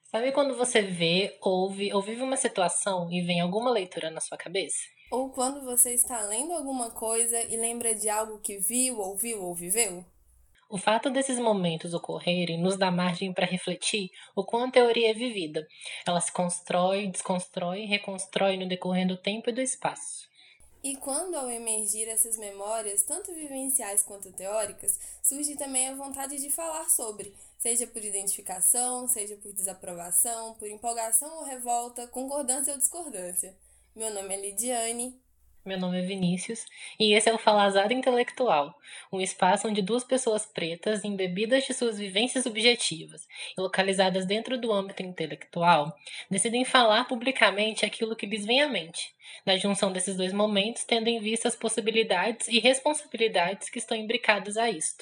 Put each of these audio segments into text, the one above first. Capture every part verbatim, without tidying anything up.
Sabe quando você vê, ouve ou vive uma situação e vem alguma leitura na sua cabeça? Ou quando você está lendo alguma coisa e lembra de algo que viu, ouviu ou viveu? O fato desses momentos ocorrerem nos dá margem para refletir o quanto a teoria é vivida. Ela se constrói, desconstrói e reconstrói no decorrer do tempo e do espaço. E quando ao emergir essas memórias, tanto vivenciais quanto teóricas, surge também a vontade de falar sobre, seja por identificação, seja por desaprovação, por empolgação ou revolta, concordância ou discordância. Meu nome é Lidiane. Meu nome é Vinícius e esse é o Falazada Intelectual, um espaço onde duas pessoas pretas, embebidas de suas vivências subjetivas e localizadas dentro do âmbito intelectual, decidem falar publicamente aquilo que lhes vem à mente, na junção desses dois momentos, tendo em vista as possibilidades e responsabilidades que estão imbricadas a isto.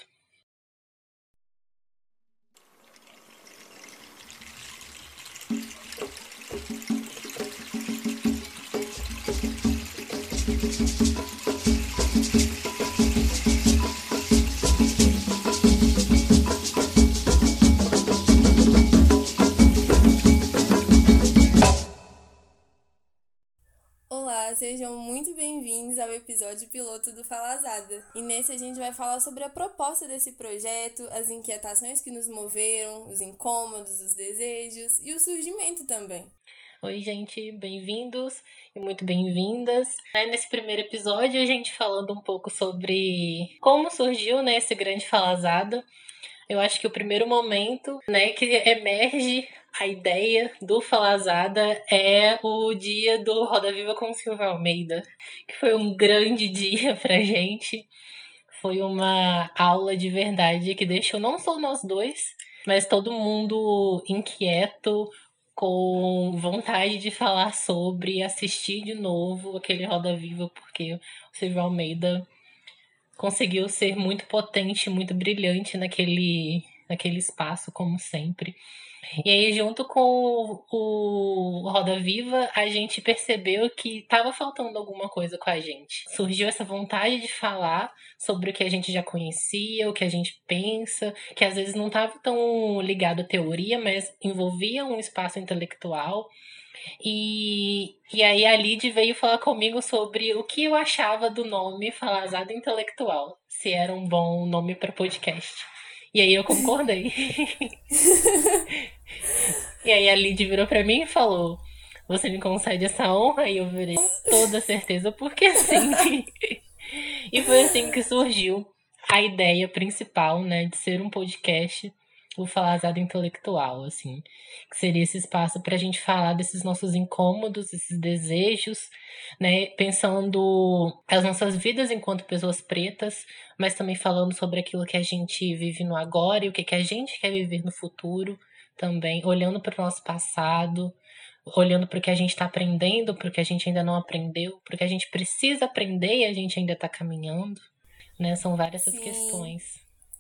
Olá, sejam muito bem-vindos ao episódio piloto do Falazada. E nesse a gente vai falar sobre a proposta desse projeto, as inquietações que nos moveram, os incômodos, os desejos e o surgimento também. Oi, gente, bem-vindos e muito bem-vindas. Nesse primeiro episódio, a gente falando um pouco sobre como surgiu, né, esse grande Falazada. Eu acho que o primeiro momento, né, que emerge a ideia do Falazada é o dia do Roda Viva com Silvio Almeida, que foi um grande dia pra gente. Foi uma aula de verdade que deixou não só nós dois, mas todo mundo inquieto, com vontade de falar sobre, assistir de novo aquele Roda Viva, porque o Silvio Almeida conseguiu ser muito potente, muito brilhante naquele, naquele espaço, como sempre. E aí, junto com o Roda Viva, a gente percebeu que estava faltando alguma coisa com a gente. Surgiu essa vontade de falar sobre o que a gente já conhecia, o que a gente pensa, que às vezes não estava tão ligado à teoria, mas envolvia um espaço intelectual. E, e aí a Lid veio falar comigo sobre o que eu achava do nome Falazada Intelectual, se era um bom nome para podcast. E aí eu concordei. E aí a Lid virou pra mim e falou: Você me concede essa honra? E eu virei com toda certeza, porque sim. E foi assim que surgiu a ideia principal, né, de ser um podcast, o Falazada Intelectual, assim, que seria esse espaço pra gente falar desses nossos incômodos, esses desejos, né, pensando as nossas vidas enquanto pessoas pretas, mas também falando sobre aquilo que a gente vive no agora e o que, que a gente quer viver no futuro também, olhando para o nosso passado, olhando para o que a gente está aprendendo, para o que a gente ainda não aprendeu, para o que a gente precisa aprender e a gente ainda está caminhando, né? São várias essas Sim, questões.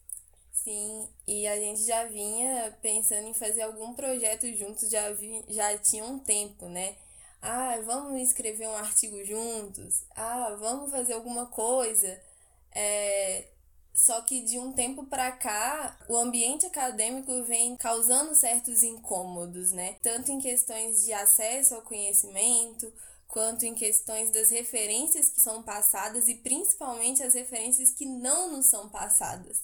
sim. E a gente já vinha pensando em fazer algum projeto juntos, já, vi, já tinha um tempo, né? Ah, vamos escrever um artigo juntos. Ah, vamos fazer alguma coisa. É, Só que de um tempo para cá, o ambiente acadêmico vem causando certos incômodos, né? Tanto em questões de acesso ao conhecimento, quanto em questões das referências que são passadas e principalmente as referências que não nos são passadas.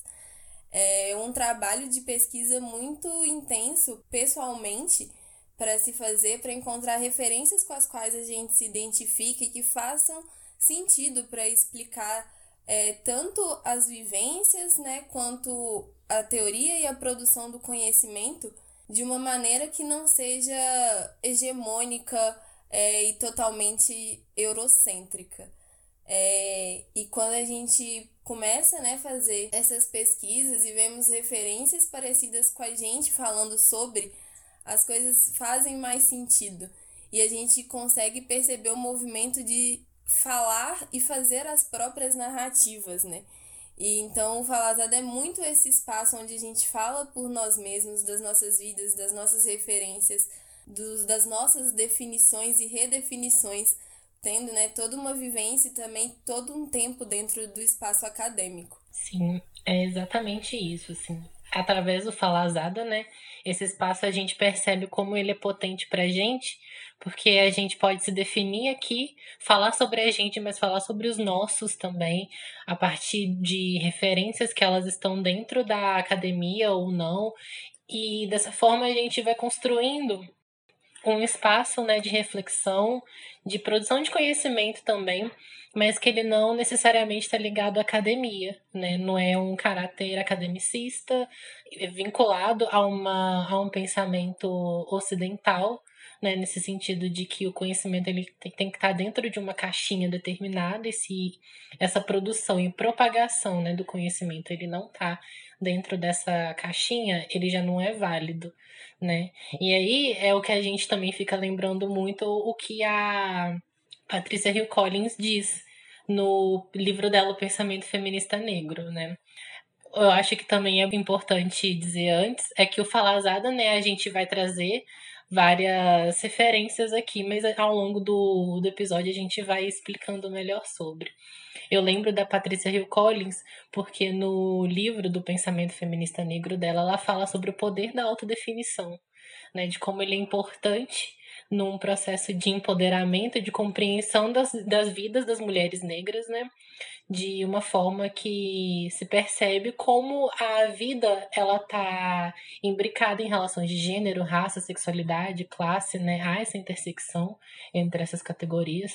É um trabalho de pesquisa muito intenso, pessoalmente, para se fazer, para encontrar referências com as quais a gente se identifica e que façam sentido para explicar é, tanto as vivências, né, quanto a teoria e a produção do conhecimento de uma maneira que não seja hegemônica é, e totalmente eurocêntrica. É, e quando a gente começa, né, a fazer essas pesquisas e vemos referências parecidas com a gente falando sobre, as coisas fazem mais sentido. E a gente consegue perceber o movimento de falar e fazer as próprias narrativas, né? E então o Falazada é muito esse espaço onde a gente fala por nós mesmos, das nossas vidas, das nossas referências, dos, das nossas definições e redefinições, tendo, né, toda uma vivência e também todo um tempo dentro do espaço acadêmico. Sim, é exatamente isso, assim. Através do Falazada, né? Esse espaço a gente percebe como ele é potente pra gente, porque a gente pode se definir aqui, falar sobre a gente, mas falar sobre os nossos também, a partir de referências que elas estão dentro da academia ou não. E dessa forma a gente vai construindo um espaço, né, de reflexão, de produção de conhecimento também, mas que ele não necessariamente está ligado à academia, né? Não é um caráter academicista vinculado a, uma, a um pensamento ocidental, né? Nesse sentido de que o conhecimento ele tem, tem que estar dentro de uma caixinha determinada, e se essa produção e propagação, né, do conhecimento ele não está dentro dessa caixinha, ele já não é válido, né? E aí é o que a gente também fica lembrando muito o que a Patrícia Hill Collins diz no livro dela, O Pensamento Feminista Negro, né? Eu acho que também é importante dizer antes, é que o Falazada, né, a gente vai trazer várias referências aqui, mas ao longo do, do episódio a gente vai explicando melhor sobre. Eu lembro da Patrícia Hill Collins porque no livro do Pensamento Feminista Negro dela, ela fala sobre o poder da autodefinição, né, de como ele é importante num processo de empoderamento, de compreensão das, das vidas das mulheres negras, né, de uma forma que se percebe como a vida ela tá imbricada em relações de gênero, raça, sexualidade, classe, né, há essa intersecção entre essas categorias.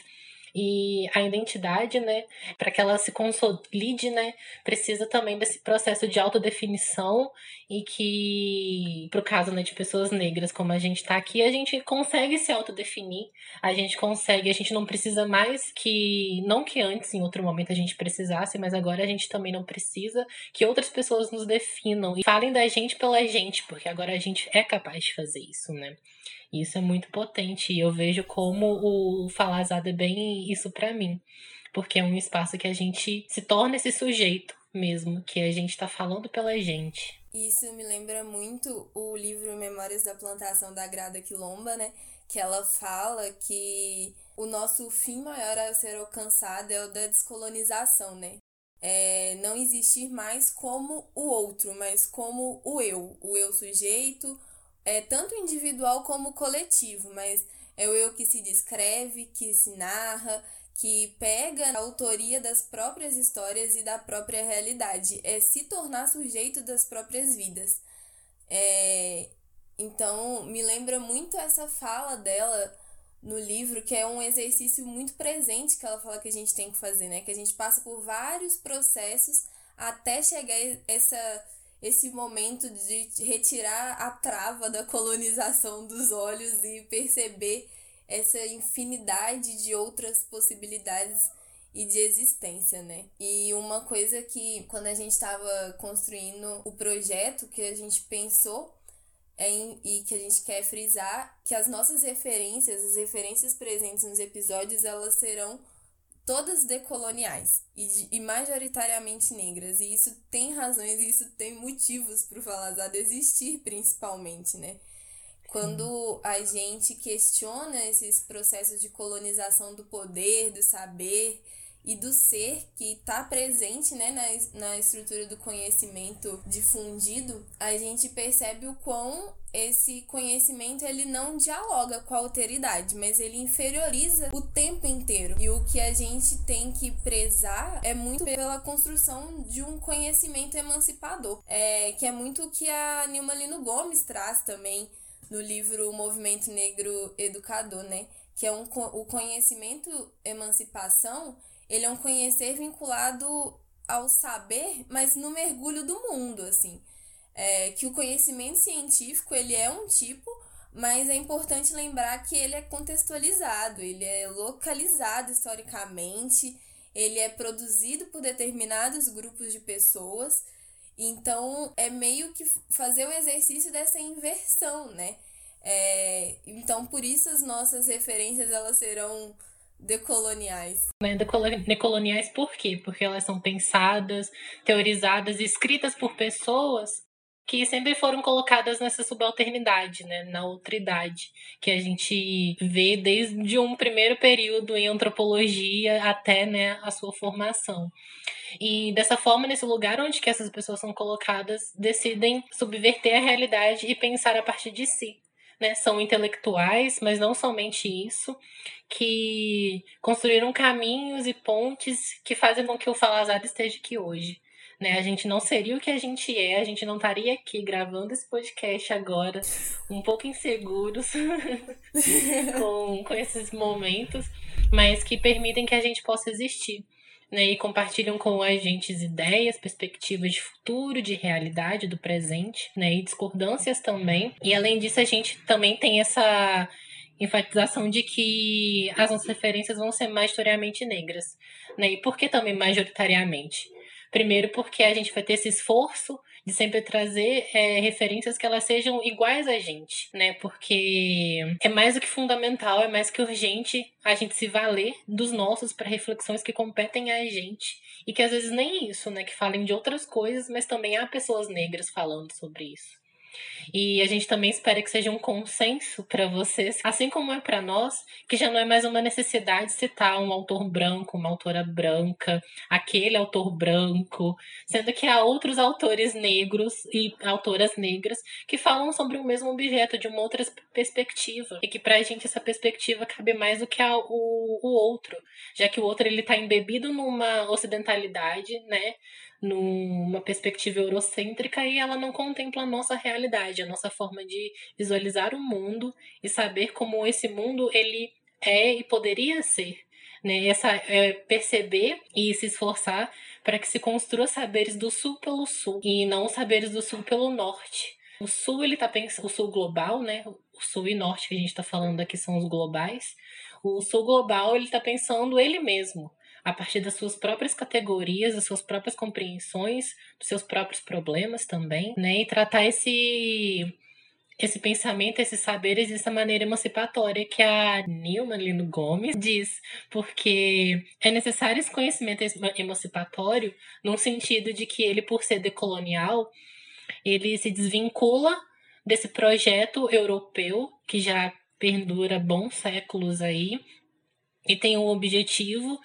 E a identidade, né, para que ela se consolide, né, precisa também desse processo de autodefinição, e que, pro caso, né, de pessoas negras como a gente tá aqui, a gente consegue se autodefinir, a gente consegue, a gente não precisa mais que, não que antes, em outro momento, a gente precisasse, mas agora a gente também não precisa que outras pessoas nos definam e falem da gente pela gente, porque agora a gente é capaz de fazer isso, né. Isso é muito potente e eu vejo como o Falazada é bem isso pra mim, porque é um espaço que a gente se torna esse sujeito mesmo, que a gente tá falando pela gente. Isso me lembra muito o livro Memórias da Plantação da Grada Quilomba, né? Que ela fala que o nosso fim maior a ser alcançado é o da descolonização, né? É não existir mais como o outro, mas como o eu, o eu sujeito, é tanto individual como coletivo, mas é o eu que se descreve, que se narra, que pega a autoria das próprias histórias e da própria realidade, é se tornar sujeito das próprias vidas. É, então, me lembra muito essa fala dela no livro, que é um exercício muito presente que ela fala que a gente tem que fazer, né? Que a gente passa por vários processos até chegar a essa, esse momento de retirar a trava da colonização dos olhos e perceber essa infinidade de outras possibilidades e de existência, né? E uma coisa que, quando a gente estava construindo o projeto, que a gente pensou em, e que a gente quer frisar, que as nossas referências, as referências presentes nos episódios, elas serão todas decoloniais e, e majoritariamente negras. E isso tem razões, e isso tem motivos para o Falazada existir, principalmente, né? Quando a gente questiona esses processos de colonização do poder, do saber e do ser que está presente, né, na, na estrutura do conhecimento difundido, a gente percebe o quão esse conhecimento ele não dialoga com a alteridade, mas ele inferioriza o tempo inteiro. E o que a gente tem que prezar é muito pela construção de um conhecimento emancipador, é, que é muito o que a Nilma Lino Gomes traz também no livro Movimento Negro Educador, né? Que é um, o conhecimento emancipação, ele é um conhecer vinculado ao saber, mas no mergulho do mundo, assim. É, que o conhecimento científico, ele é um tipo, mas é importante lembrar que ele é contextualizado, ele é localizado historicamente, ele é produzido por determinados grupos de pessoas. Então, é meio que fazer o exercício dessa inversão, né? É, então, por isso as nossas referências, elas serão decoloniais. Decoloniais por quê? Porque elas são pensadas, teorizadas, escritas por pessoas que sempre foram colocadas nessa subalternidade, né, na outridade, que a gente vê desde um primeiro período em antropologia até, né, a sua formação. E dessa forma, nesse lugar onde que essas pessoas são colocadas, decidem subverter a realidade e pensar a partir de si. Né? São intelectuais, mas não somente isso, que construíram caminhos e pontes que fazem com que o Falazada esteja aqui hoje. Né? A gente não seria o que a gente é, a gente não estaria aqui gravando esse podcast agora, um pouco inseguros com, com esses momentos, mas que permitem que a gente possa existir. Né, e compartilham com a gente ideias, perspectivas de futuro, de realidade, do presente, né, e discordâncias também. E além disso, a gente também tem essa enfatização de que as nossas referências vão ser majoritariamente negras. Né, e por que também majoritariamente? Primeiro porque a gente vai ter esse esforço de sempre trazer é, referências que elas sejam iguais a gente, né? Porque é mais do que fundamental, é mais que urgente a gente se valer dos nossos para reflexões que competem a gente. E que às vezes nem isso, né? Que falem de outras coisas, mas também há pessoas negras falando sobre isso. E a gente também espera que seja um consenso para vocês, assim como é para nós, que já não é mais uma necessidade citar um autor branco, uma autora branca, aquele autor branco, sendo que há outros autores negros e autoras negras que falam sobre o mesmo objeto de uma outra perspectiva, e que pra gente essa perspectiva cabe mais do que a, o, o outro, já que o outro ele tá embebido numa ocidentalidade, né? Numa perspectiva eurocêntrica e ela não contempla a nossa realidade, a nossa forma de visualizar o mundo e saber como esse mundo ele é e poderia ser. Né? Essa, é, perceber e se esforçar para que se construa saberes do sul pelo sul e não saberes do sul pelo norte. O sul, ele tá pensando, o sul global, né? O sul e norte que a gente está falando aqui são os globais. O sul global, ele tá pensando ele mesmo, a partir das suas próprias categorias, das suas próprias compreensões, dos seus próprios problemas também, né? E tratar esse, esse pensamento, esses saberes dessa maneira emancipatória que a Nilma Lino Gomes diz, porque é necessário esse conhecimento emancipatório num sentido de que ele, por ser decolonial, ele se desvincula desse projeto europeu que já perdura bons séculos aí, e tem o objetivo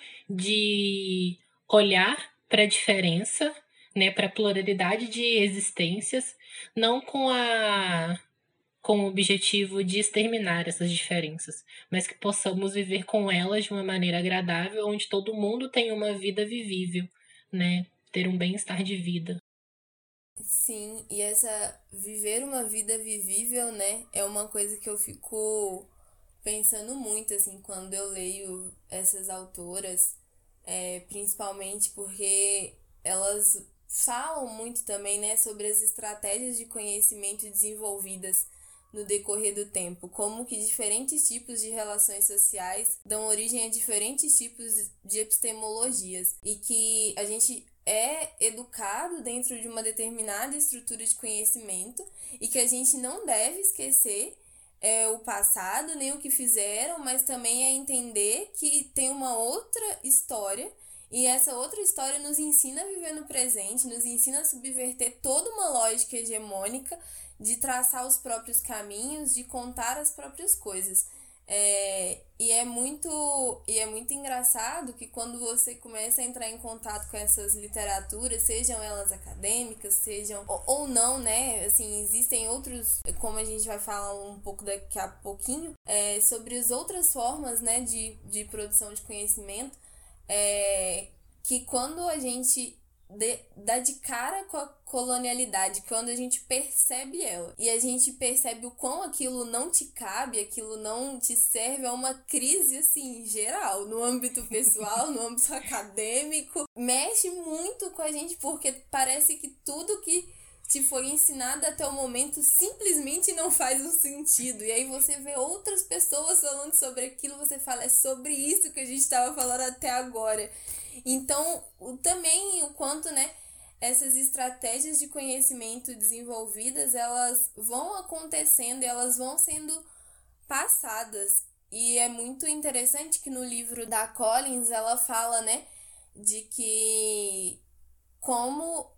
de olhar para a diferença, né, para a pluralidade de existências, não com a com o objetivo de exterminar essas diferenças, mas que possamos viver com elas de uma maneira agradável, onde todo mundo tem uma vida vivível, né, ter um bem-estar de vida. Sim, e essa viver uma vida vivível, né, é uma coisa que eu fico pensando muito, assim, quando eu leio essas autoras, é, principalmente porque elas falam muito também, né, sobre as estratégias de conhecimento desenvolvidas no decorrer do tempo, como que diferentes tipos de relações sociais dão origem a diferentes tipos de epistemologias e que a gente é educado dentro de uma determinada estrutura de conhecimento e que a gente não deve esquecer é, o passado, nem o que fizeram, mas também é entender que tem uma outra história e essa outra história nos ensina a viver no presente, nos ensina a subverter toda uma lógica hegemônica de traçar os próprios caminhos, de contar as próprias coisas. É, e, é muito, e é muito engraçado que quando você começa a entrar em contato com essas literaturas, sejam elas acadêmicas, sejam ou, ou não, né? Assim, existem outros, como a gente vai falar um pouco daqui a pouquinho, é, sobre as outras formas, né, de, de produção de conhecimento, é, que quando a gente de, dá de cara com a colonialidade, quando a gente percebe ela e a gente percebe o quão aquilo não te cabe, aquilo não te serve, é uma crise assim geral, no âmbito pessoal, no âmbito acadêmico, mexe muito com a gente porque parece que tudo que te foi ensinado até o momento simplesmente não faz um sentido, e aí você vê outras pessoas falando sobre aquilo, você fala, é sobre isso que a gente estava falando até agora. Então, também o quanto, né, essas estratégias de conhecimento desenvolvidas, elas vão acontecendo e elas vão sendo passadas. E é muito interessante que no livro da Collins, ela fala, né, de que como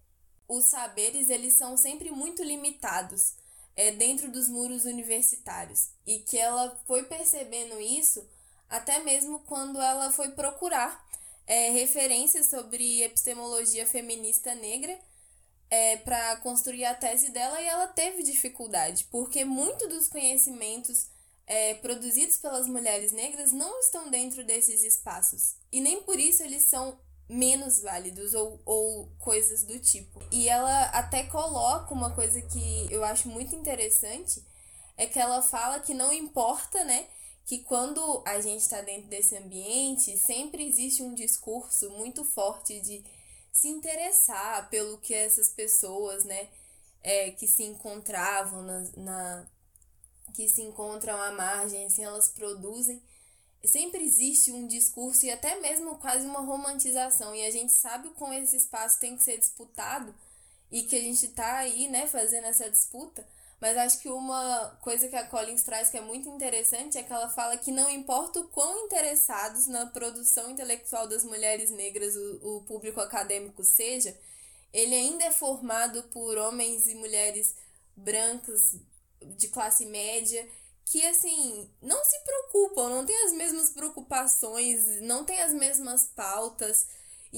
os saberes, eles são sempre muito limitados é, dentro dos muros universitários. E que ela foi percebendo isso até mesmo quando ela foi procurar é, referências sobre epistemologia feminista negra é, para construir a tese dela, e ela teve dificuldade, porque muito dos conhecimentos é, produzidos pelas mulheres negras não estão dentro desses espaços. E nem por isso eles são menos válidos ou, ou coisas do tipo. E ela até coloca uma coisa que eu acho muito interessante, é que ela fala que não importa, né, que quando a gente está dentro desse ambiente, sempre existe um discurso muito forte de se interessar pelo que essas pessoas, né, é, que se encontravam na, na que se encontram à margem, assim, elas produzem. Sempre existe um discurso e até mesmo quase uma romantização, e a gente sabe como esse espaço tem que ser disputado e que a gente tá aí, né, fazendo essa disputa. Mas acho que uma coisa que a Collins traz que é muito interessante é que ela fala que não importa o quão interessados na produção intelectual das mulheres negras o, o público acadêmico seja, ele ainda é formado por homens e mulheres brancas de classe média que, assim, não se preocupam, não tem as mesmas preocupações, não tem as mesmas pautas.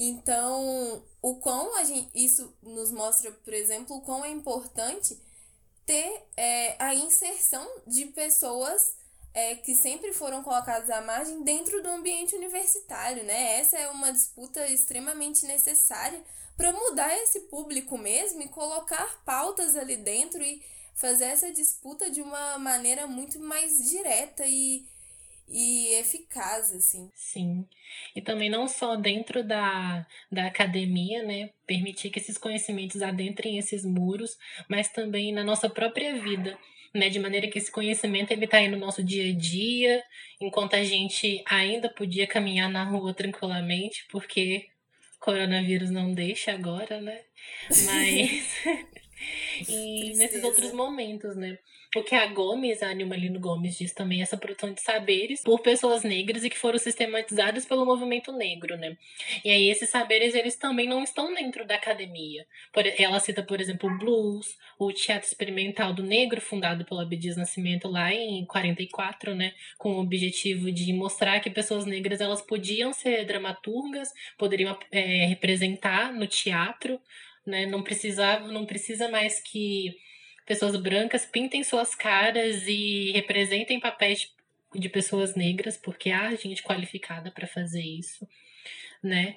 Então, o quão a gente, isso nos mostra, por exemplo, o quão é importante ter é, a inserção de pessoas é, que sempre foram colocadas à margem dentro do ambiente universitário, né? Essa é uma disputa extremamente necessária para mudar esse público mesmo e colocar pautas ali dentro e fazer essa disputa de uma maneira muito mais direta e, e eficaz, assim. Sim. E também não só dentro da, da academia, né? Permitir que esses conhecimentos adentrem esses muros, mas também na nossa própria vida, né? De maneira que esse conhecimento ele tá aí no nosso dia a dia, enquanto a gente ainda podia caminhar na rua tranquilamente, porque coronavírus não deixa agora, né? Mas e nesses outros Tristeza. momentos, né? O que a Gomes, a Nilma Lino Gomes, diz também, é essa produção de saberes por pessoas negras e que foram sistematizados pelo movimento negro, né? E aí esses saberes, eles também não estão dentro da academia. Por, ela cita, por exemplo, o blues, o teatro experimental do negro, fundado pelo Abdias Nascimento lá em quarenta e quatro, né? Com o objetivo de mostrar que pessoas negras, elas podiam ser dramaturgas, poderiam é, representar no teatro, né? Não precisava, não precisa mais que pessoas brancas pintem suas caras e representem papéis de pessoas negras, porque há gente qualificada para fazer isso, né?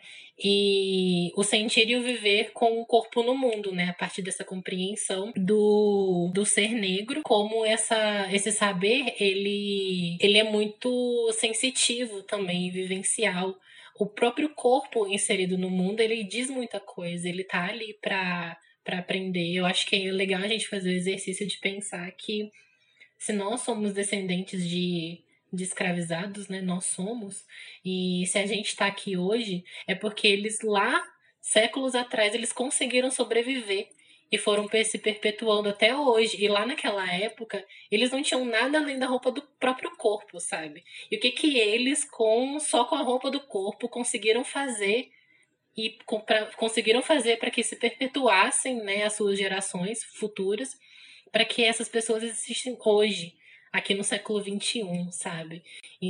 E o sentir e o viver com o corpo no mundo, né? A partir dessa compreensão do, do ser negro, como essa, esse saber, ele, ele é muito sensitivo também, vivencial. O próprio corpo inserido no mundo, ele diz muita coisa, ele tá ali para para aprender. Eu acho que é legal a gente fazer o exercício de pensar que se nós somos descendentes de, de escravizados, né? Nós somos. E se a gente está aqui hoje, é porque eles lá, séculos atrás, eles conseguiram sobreviver e foram se perpetuando até hoje. E lá naquela época, eles não tinham nada além da roupa do próprio corpo, sabe? E o que que eles, com só com a roupa do corpo, conseguiram fazer e pra, conseguiram fazer para que se perpetuassem, né, as suas gerações futuras, para que essas pessoas existissem hoje, aqui no século vinte e um, sabe?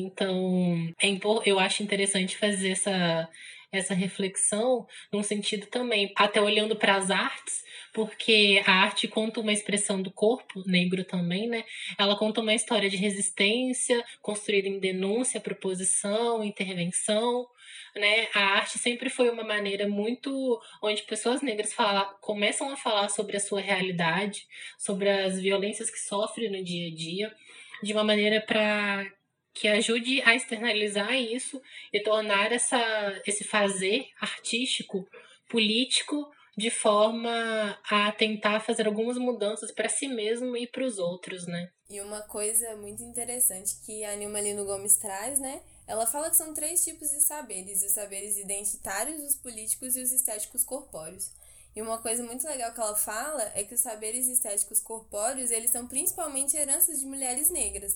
Então, é, eu acho interessante fazer essa, essa reflexão num sentido também, até olhando para as artes, porque a arte conta uma expressão do corpo negro também, né? Ela conta uma história de resistência, construída em denúncia, proposição, intervenção, né? A arte sempre foi uma maneira muito onde pessoas negras fala, começam a falar sobre a sua realidade, sobre as violências que sofrem no dia a dia, de uma maneira para que ajude a externalizar isso e tornar essa, esse fazer artístico, político, de forma a tentar fazer algumas mudanças para si mesmo e para os outros, né? E uma coisa muito interessante que a Nilma Lino Gomes traz, né? Ela fala que são três tipos de saberes: os saberes identitários, os políticos e os estéticos corpóreos. E uma coisa muito legal que ela fala é que os saberes estéticos corpóreos, eles são principalmente heranças de mulheres negras.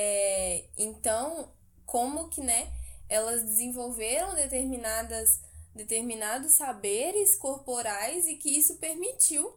É, então, como que, né, elas desenvolveram determinadas determinados saberes corporais e que isso permitiu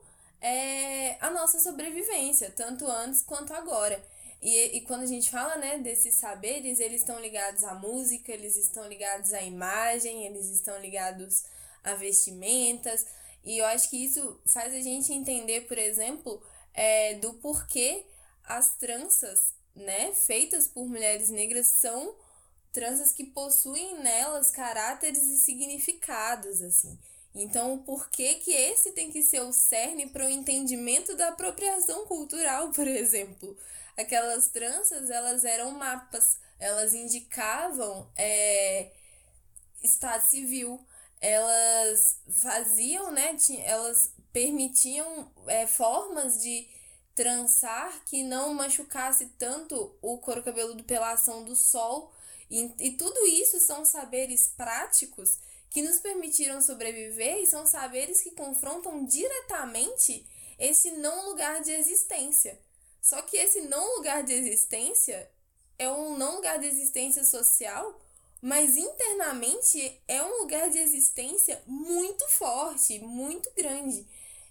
é, a nossa sobrevivência, tanto antes quanto agora. E, e quando a gente fala, né, desses saberes, eles estão ligados à música, eles estão ligados à imagem, eles estão ligados a vestimentas. E eu acho que isso faz a gente entender, por exemplo, é, do porquê as tranças, né, feitas por mulheres negras são tranças que possuem nelas caráteres e significados, assim. Então, por que que esse tem que ser o cerne para o entendimento da apropriação cultural, por exemplo? Aquelas tranças, elas eram mapas, elas indicavam é, estado civil, elas faziam, né, elas permitiam é, formas de trançar que não machucasse tanto o couro cabeludo pela ação do sol. E, e tudo isso são saberes práticos que nos permitiram sobreviver e são saberes que confrontam diretamente esse não lugar de existência. Só que esse não lugar de existência é um não lugar de existência social, mas internamente é um lugar de existência muito forte, muito grande.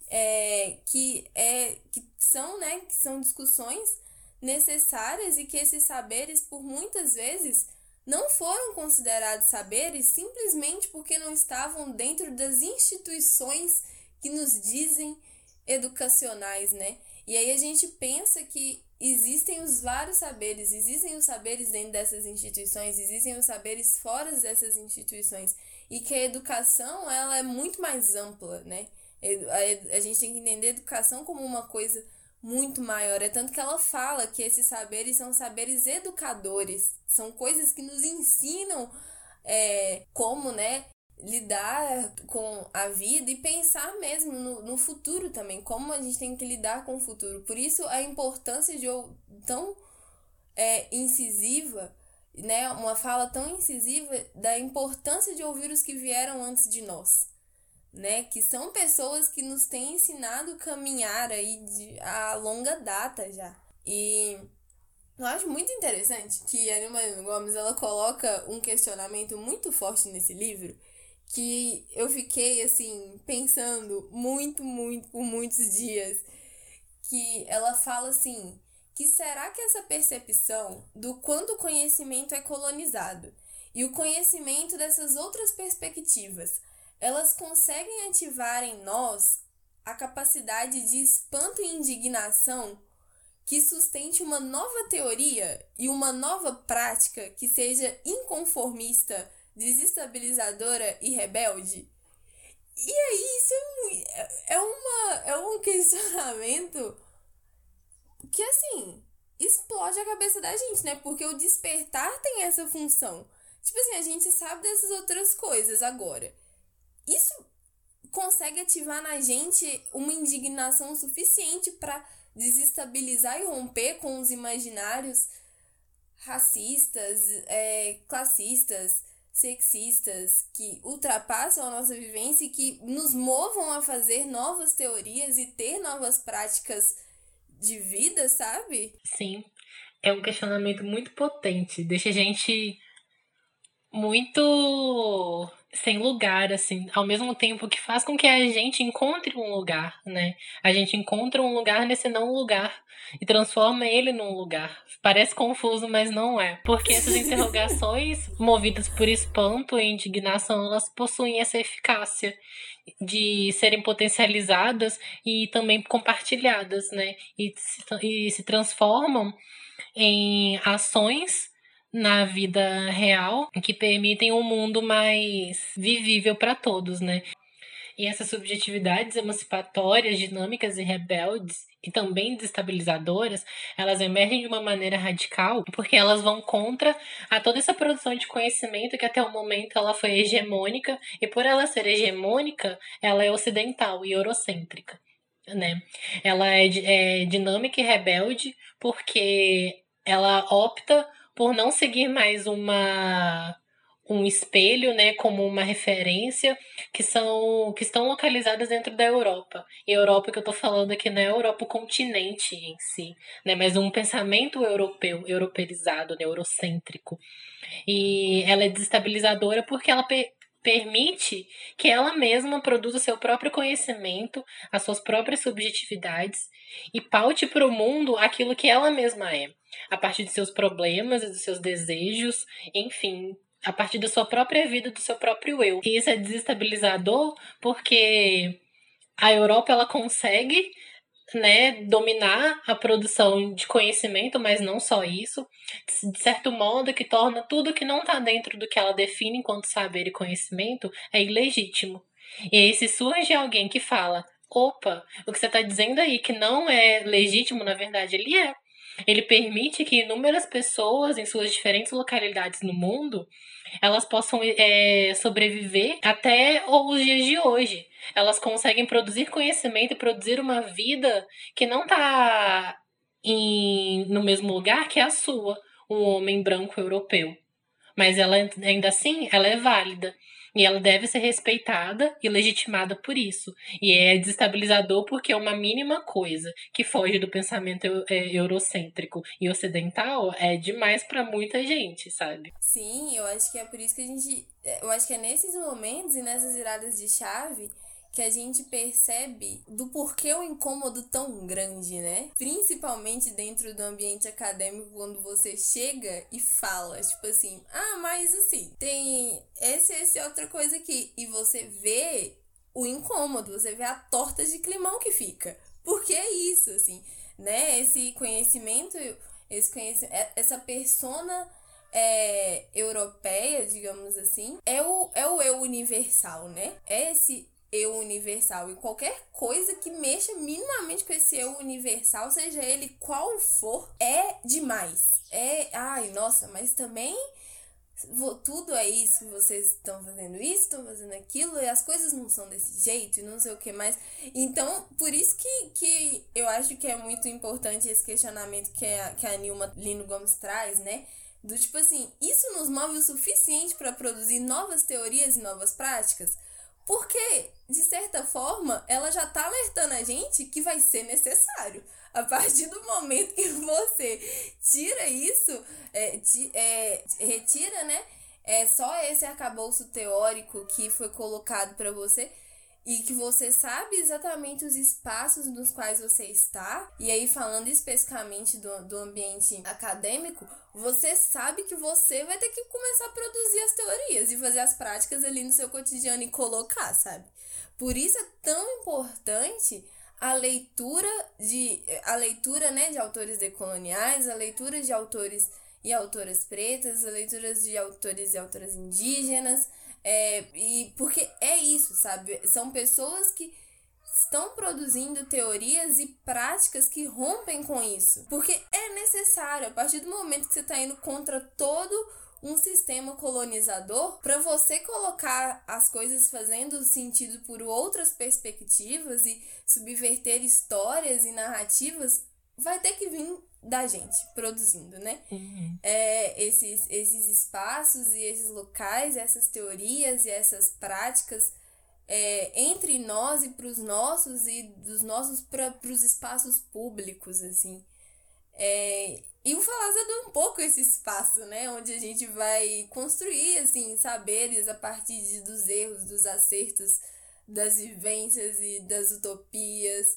É, que, é, que são, né, que são discussões necessárias e que esses saberes, por muitas vezes, não foram considerados saberes simplesmente porque não estavam dentro das instituições que nos dizem educacionais, né? E aí a gente pensa que existem os vários saberes, existem os saberes dentro dessas instituições, existem os saberes fora dessas instituições, e que a educação, ela é muito mais ampla, né? A gente tem que entender a educação como uma coisa muito maior. É tanto que ela fala que esses saberes são saberes educadores. São coisas que nos ensinam é, como, né, lidar com a vida e pensar mesmo no, no futuro também. Como a gente tem que lidar com o futuro. Por isso a importância de tão é, incisiva, né, uma fala tão incisiva da importância de ouvir os que vieram antes de nós. Né, que são pessoas que nos têm ensinado a caminhar aí de, a longa data já. E eu acho muito interessante que a Nilma Gomes, ela coloca um questionamento muito forte nesse livro, que eu fiquei, assim, pensando muito, muito, por muitos dias, que ela fala assim, que será que essa percepção do quanto o conhecimento é colonizado e o conhecimento dessas outras perspectivas, elas conseguem ativar em nós a capacidade de espanto e indignação que sustente uma nova teoria e uma nova prática que seja inconformista, desestabilizadora e rebelde? E aí, isso é, muito, é, uma, é um questionamento que, assim, explode a cabeça da gente, né? Porque o despertar tem essa função. Tipo assim, a gente sabe dessas outras coisas agora. Isso consegue ativar na gente uma indignação suficiente para desestabilizar e romper com os imaginários racistas, é, classistas, sexistas, que ultrapassam a nossa vivência e que nos movam a fazer novas teorias e ter novas práticas de vida, sabe? Sim, é um questionamento muito potente, deixa a gente muito sem lugar, assim, ao mesmo tempo que faz com que a gente encontre um lugar, né? A gente encontra um lugar nesse não lugar e transforma ele num lugar. Parece confuso, mas não é. Porque essas interrogações, movidas por espanto e indignação, elas possuem essa eficácia de serem potencializadas e também compartilhadas, né? E se, e se transformam em ações na vida real que permitem um mundo mais vivível para todos, né? E essas subjetividades emancipatórias, dinâmicas e rebeldes, e também desestabilizadoras, elas emergem de uma maneira radical porque elas vão contra a toda essa produção de conhecimento que até o momento ela foi hegemônica, e por ela ser hegemônica, ela é ocidental e eurocêntrica, né? Ela é, é dinâmica e rebelde porque ela opta por não seguir mais uma um espelho, né, como uma referência, que são que estão localizadas dentro da Europa. E a Europa que eu tô falando aqui não é a Europa o continente em si, né, mas um pensamento europeu, europeizado, né, eurocêntrico. E ela é desestabilizadora porque ela permite que ela mesma produza o seu próprio conhecimento, as suas próprias subjetividades e paute para o mundo aquilo que ela mesma é, a partir de seus problemas e dos seus desejos, enfim, a partir da sua própria vida, do seu próprio eu. E isso é desestabilizador porque a Europa ela consegue, né, dominar a produção de conhecimento, mas não só isso, de certo modo que torna tudo que não está dentro do que ela define enquanto saber e conhecimento é ilegítimo. E aí se surge alguém que fala, opa, o que você está dizendo aí que não é legítimo, na verdade ele é. Ele permite que inúmeras pessoas em suas diferentes localidades no mundo elas possam é, sobreviver até os dias de hoje. Elas conseguem produzir conhecimento e produzir uma vida que não está no mesmo lugar que a sua, um homem branco europeu. Mas ela ainda assim, ela é válida. E ela deve ser respeitada e legitimada por isso. E é desestabilizador porque é uma mínima coisa que foge do pensamento eurocêntrico e ocidental é demais pra muita gente, sabe? Sim, eu acho que é por isso que a gente... Eu acho que é nesses momentos e nessas viradas de chave que a gente percebe do porquê o incômodo tão grande, né? Principalmente dentro do ambiente acadêmico, quando você chega e fala, tipo assim, ah, mas assim, tem esse, esse outra coisa aqui. E você vê o incômodo, você vê a torta de climão que fica. Porque é isso, assim, né? Esse conhecimento, esse conhecimento, essa persona é, europeia, digamos assim, é o, é o eu universal, né? É esse eu universal, e qualquer coisa que mexa minimamente com esse eu universal, seja ele qual for, é demais. É, ai, nossa, mas também tudo é isso, vocês estão fazendo isso, estão fazendo aquilo, e as coisas não são desse jeito, e não sei o que mais. Então, por isso que, que eu acho que é muito importante esse questionamento que a, que a Nilma Lino Gomes traz, né? Do tipo assim, isso nos move o suficiente para produzir novas teorias e novas práticas? Porque, de certa forma, ela já tá alertando a gente que vai ser necessário. A partir do momento que você tira isso, é, t- é, retira, né? É só esse arcabouço teórico que foi colocado para você e que você sabe exatamente os espaços nos quais você está, e aí falando especificamente do, do ambiente acadêmico, você sabe que você vai ter que começar a produzir as teorias e fazer as práticas ali no seu cotidiano e colocar, sabe? Por isso é tão importante a leitura de a leitura, né, de autores decoloniais, a leitura de autores e autoras pretas, a leitura de autores e autoras indígenas. É, e porque é isso, sabe? São pessoas que estão produzindo teorias e práticas que rompem com isso. Porque é necessário, a partir do momento que você está indo contra todo um sistema colonizador, para você colocar as coisas fazendo sentido por outras perspectivas e subverter histórias e narrativas, vai ter que vir da gente produzindo, né? Uhum. É, esses, esses espaços e esses locais, essas teorias e essas práticas é, entre nós e pros nossos e dos nossos para os espaços públicos, assim. É, e o Falaz é um pouco esse espaço, né? Onde a gente vai construir, assim, saberes a partir de, dos erros, dos acertos, das vivências e das utopias.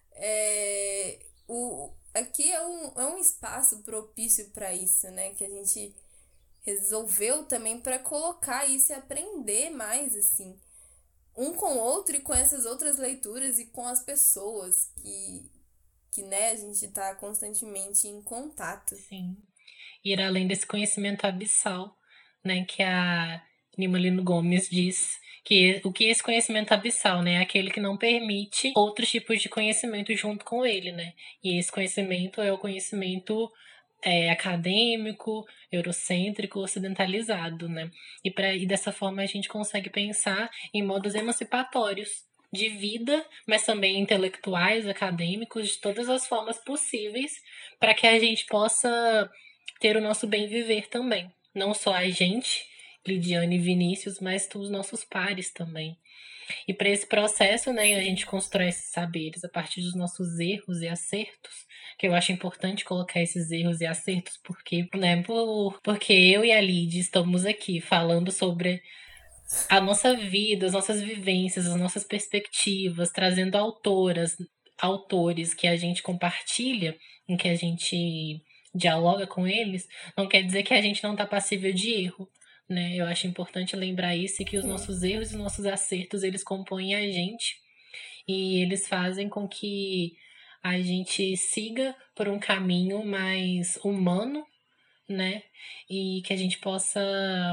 É, o, aqui é um, é um espaço propício para isso, né? Que a gente resolveu também para colocar isso e aprender mais, assim, um com o outro e com essas outras leituras e com as pessoas que, que né, a gente tá constantemente em contato. Sim. Ir além desse conhecimento abissal, né, que a Nilma Lino Gomes diz que o que é esse conhecimento abissal, né, é aquele que não permite outros tipos de conhecimento junto com ele, né, e esse conhecimento é o conhecimento é, acadêmico, eurocêntrico, ocidentalizado, né, e, pra, e dessa forma a gente consegue pensar em modos emancipatórios de vida, mas também intelectuais, acadêmicos, de todas as formas possíveis, para que a gente possa ter o nosso bem viver também. Não só a gente, Lidiane e Vinícius, mas os nossos pares também. E para esse processo, né, a gente constrói esses saberes a partir dos nossos erros e acertos, que eu acho importante colocar esses erros e acertos, porque, né, por, porque eu e a Lid estamos aqui falando sobre a nossa vida, as nossas vivências, as nossas perspectivas, trazendo autoras, autores que a gente compartilha, em que a gente dialoga com eles, não quer dizer que a gente não está passível de erro, né? Eu acho importante lembrar isso e que os nossos erros e os nossos acertos, eles compõem a gente e eles fazem com que a gente siga por um caminho mais humano, né? E que a gente possa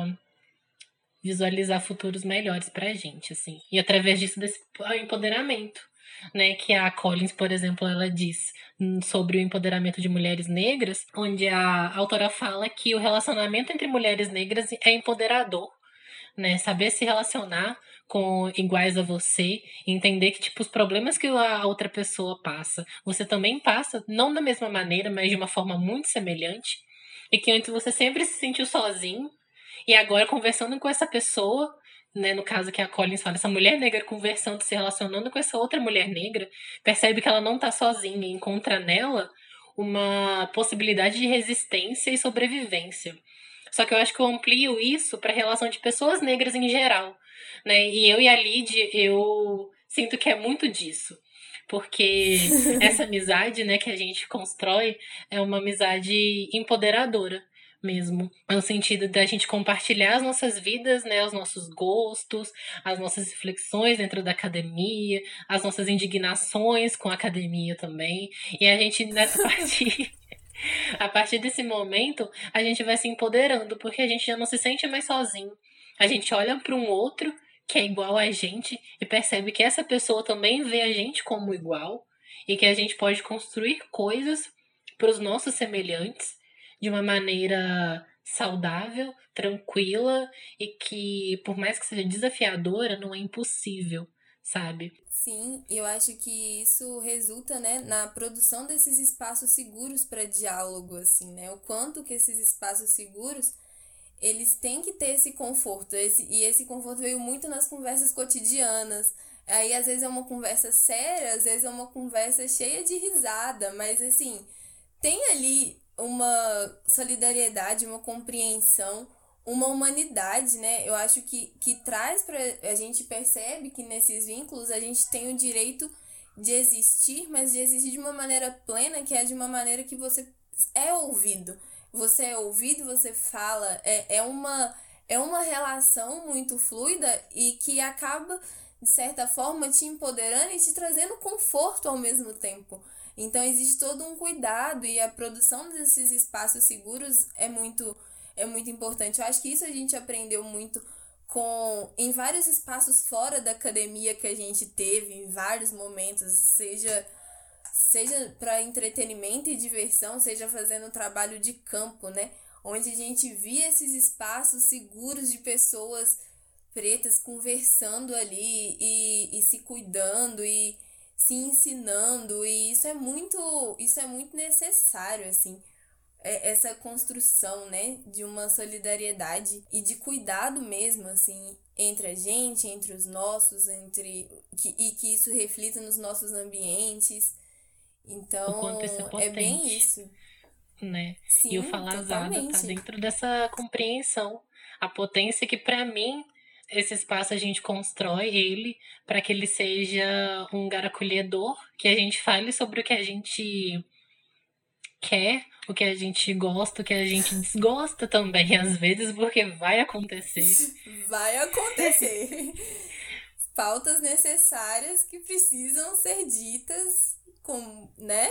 visualizar futuros melhores pra gente, assim. E através disso, desse empoderamento, né? Que a Collins, por exemplo, ela diz sobre o empoderamento de mulheres negras, onde a autora fala que o relacionamento entre mulheres negras é empoderador, né? Saber se relacionar com iguais a você, entender que tipo os problemas que a outra pessoa passa, você também passa, não da mesma maneira, mas de uma forma muito semelhante, e que antes você sempre se sentiu sozinho, e agora conversando com essa pessoa, né, no caso que a Collins fala, essa mulher negra conversando, se relacionando com essa outra mulher negra, percebe que ela não tá sozinha e encontra nela uma possibilidade de resistência e sobrevivência. Só que eu acho que eu amplio isso para a relação de pessoas negras em geral, né? E eu e a Lid, eu sinto que é muito disso. Porque essa amizade, né, que a gente constrói é uma amizade empoderadora mesmo, no sentido da gente compartilhar as nossas vidas, né, os nossos gostos, as nossas reflexões dentro da academia, as nossas indignações com a academia também, e a gente, nessa partir a partir desse momento, a gente vai se empoderando, porque a gente já não se sente mais sozinho. A gente olha para um outro que é igual a gente e percebe que essa pessoa também vê a gente como igual e que a gente pode construir coisas para os nossos semelhantes de uma maneira saudável, tranquila e que, por mais que seja desafiadora, não é impossível, sabe? Sim, eu acho que isso resulta, né, na produção desses espaços seguros para diálogo, assim, né? O quanto que esses espaços seguros, eles têm que ter esse conforto, esse, e esse conforto veio muito nas conversas cotidianas. Aí, às vezes, é uma conversa séria, às vezes é uma conversa cheia de risada, mas, assim, tem ali uma solidariedade, uma compreensão, uma humanidade, né? Eu acho que, que traz pra. A gente percebe que nesses vínculos a gente tem o direito de existir, mas de existir de uma maneira plena, que é de uma maneira que você é ouvido. Você é ouvido, você fala, é, é uma. É uma relação muito fluida e que acaba, de certa forma, te empoderando e te trazendo conforto ao mesmo tempo. Então existe todo um cuidado e a produção desses espaços seguros é muito é muito importante. Eu acho que isso a gente aprendeu muito com em vários espaços fora da academia que a gente teve, em vários momentos, seja seja para entretenimento e diversão, seja fazendo trabalho de campo, né? Onde a gente via esses espaços seguros de pessoas pretas conversando ali e, e se cuidando e se ensinando, e isso é muito isso é muito necessário, assim, é essa construção, né, de uma solidariedade e de cuidado mesmo, assim, entre a gente, entre os nossos, entre que, e que isso reflita nos nossos ambientes. O quanto isso é Então, é bem potente, isso. né? E o Sim, Falazada tá totalmente. dentro dessa compreensão. A potência que, para mim, esse espaço a gente constrói ele para que ele seja um lugar acolhedor, que a gente fale sobre o que a gente quer, o que a gente gosta, o que a gente desgosta também, às vezes, porque vai acontecer. Vai acontecer. Pautas necessárias que precisam ser ditas com, né?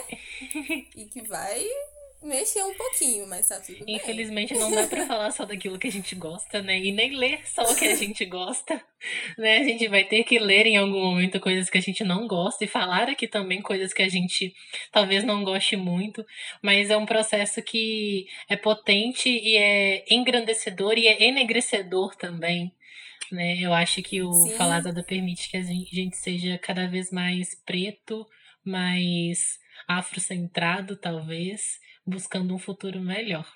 E que vai mexer um pouquinho, mas tá tudo bem. Infelizmente não dá pra falar só daquilo que a gente gosta, né? E nem ler só o que a gente gosta, né? A gente vai ter que ler em algum momento coisas que a gente não gosta e falar aqui também coisas que a gente talvez não goste muito, mas é um processo que é potente e é engrandecedor e é enegrecedor também, né? Eu acho que o Sim, Falazada permite que a gente seja cada vez mais preto, mais afrocentrado, talvez, buscando um futuro melhor.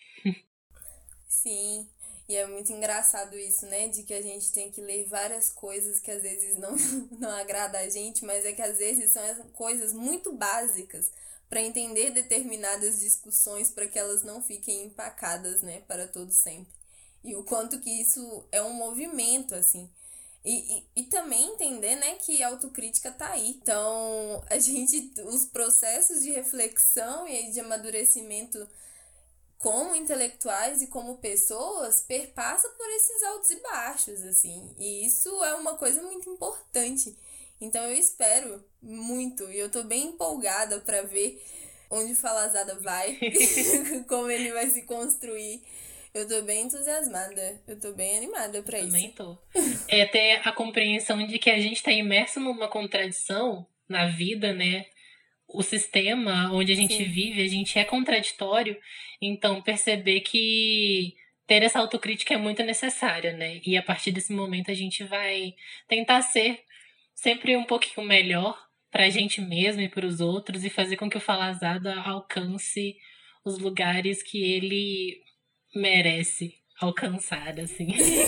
sim. E é muito engraçado isso, né? De que a gente tem que ler várias coisas que às vezes não, não agrada a gente, mas é que às vezes são coisas muito básicas para entender determinadas discussões para que elas não fiquem empacadas, né? Para todo sempre. E o quanto que isso é um movimento, assim. E, e, e também entender, né, que a autocrítica tá aí. Então, a gente, os processos de reflexão e de amadurecimento como intelectuais e como pessoas, perpassa por esses altos e baixos, assim. E isso é uma coisa muito importante. Então eu espero muito, e eu tô bem empolgada pra ver onde Falazada vai, como ele vai se construir. Eu tô bem entusiasmada, eu tô bem animada pra isso. Também tô. É ter a compreensão de que a gente tá imerso numa contradição na vida, né? O sistema onde a gente Sim. vive, a gente é contraditório, então perceber que ter essa autocrítica é muito necessária, né? E a partir desse momento a gente vai tentar ser sempre um pouquinho melhor pra gente mesmo e pros outros e fazer com que o Falazada alcance os lugares que ele merece alcançar, assim.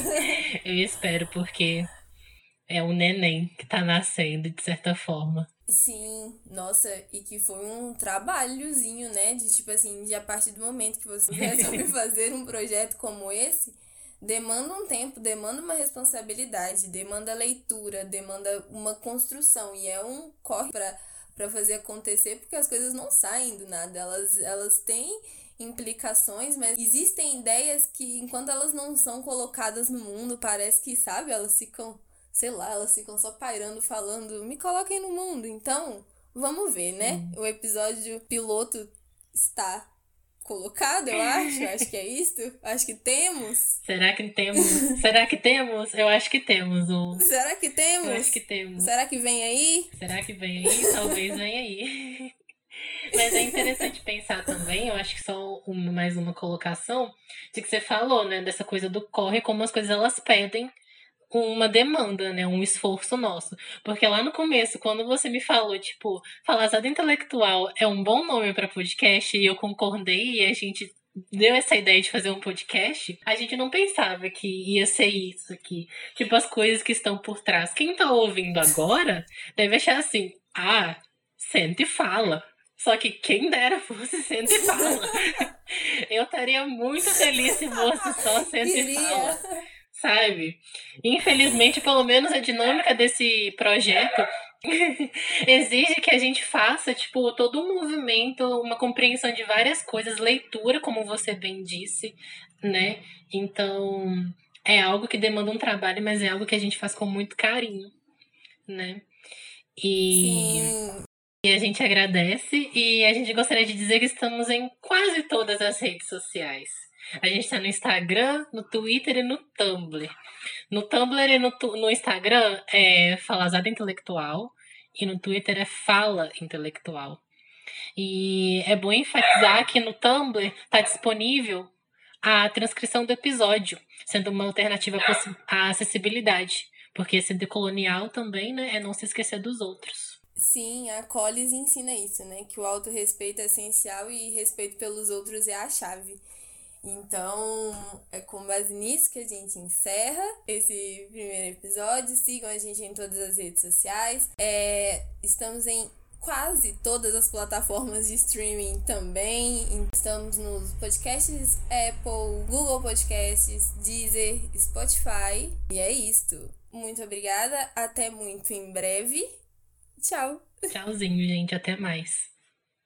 Eu espero, porque é um neném que tá nascendo, de certa forma. Sim, nossa, e que foi um trabalhozinho, né? De tipo assim, de a partir do momento que você resolve fazer um projeto como esse, demanda um tempo, demanda uma responsabilidade, demanda leitura, demanda uma construção. E é um corre pra, pra fazer acontecer, porque as coisas não saem do nada. Elas, elas têm implicações, mas existem ideias que, enquanto elas não são colocadas no mundo, parece que, sabe, elas ficam. Sei lá, elas ficam só pairando, falando, me coloquem no mundo. Então, vamos ver, né? Sim. O episódio piloto está colocado, eu acho. Acho que é isto. Acho que temos. Será que temos? Será que temos? Eu acho que temos um. Será que temos? Eu acho que temos. Será que vem aí? Será que vem aí? Talvez venha aí. Mas é interessante pensar também, eu acho que só uma, mais uma colocação, de que você falou, né? Dessa coisa do corre, como as coisas elas pedem uma demanda, né? Um esforço nosso. Porque lá no começo, quando você me falou, tipo, Falazada Intelectual é um bom nome para podcast, e eu concordei, e a gente deu essa ideia de fazer um podcast, a gente não pensava que ia ser isso aqui. Tipo, as coisas que estão por trás. Quem tá ouvindo agora deve achar assim, ah, senta e fala. Só que quem dera fosse senta e fala. Eu estaria muito feliz se fosse só senta e fala. Sabe? Infelizmente, pelo menos a dinâmica desse projeto exige que a gente faça, tipo, todo um movimento, uma compreensão de várias coisas, leitura, como você bem disse, né? Então, é algo que demanda um trabalho, mas é algo que a gente faz com muito carinho, né? E, Sim. e a gente agradece, e a gente gostaria de dizer que estamos em quase todas as redes sociais. A gente tá no Instagram, no Twitter e no Tumblr. No Tumblr e no, no Instagram é Falazada Intelectual. E no Twitter é Fala Intelectual. E é bom enfatizar que no Tumblr tá disponível a transcrição do episódio, sendo uma alternativa à acessibilidade. Porque esse decolonial também, né, é não se esquecer dos outros. Sim, a Collins ensina isso, né? Que o autorrespeito é essencial e respeito pelos outros é a chave. Então, é com base nisso que a gente encerra esse primeiro episódio. Sigam a gente em todas as redes sociais. É, estamos em quase todas as plataformas de streaming também. Estamos nos podcasts Apple, Google Podcasts, Deezer, Spotify. E é isto. Muito obrigada. Até muito em breve. Tchau. Tchauzinho, gente. Até mais.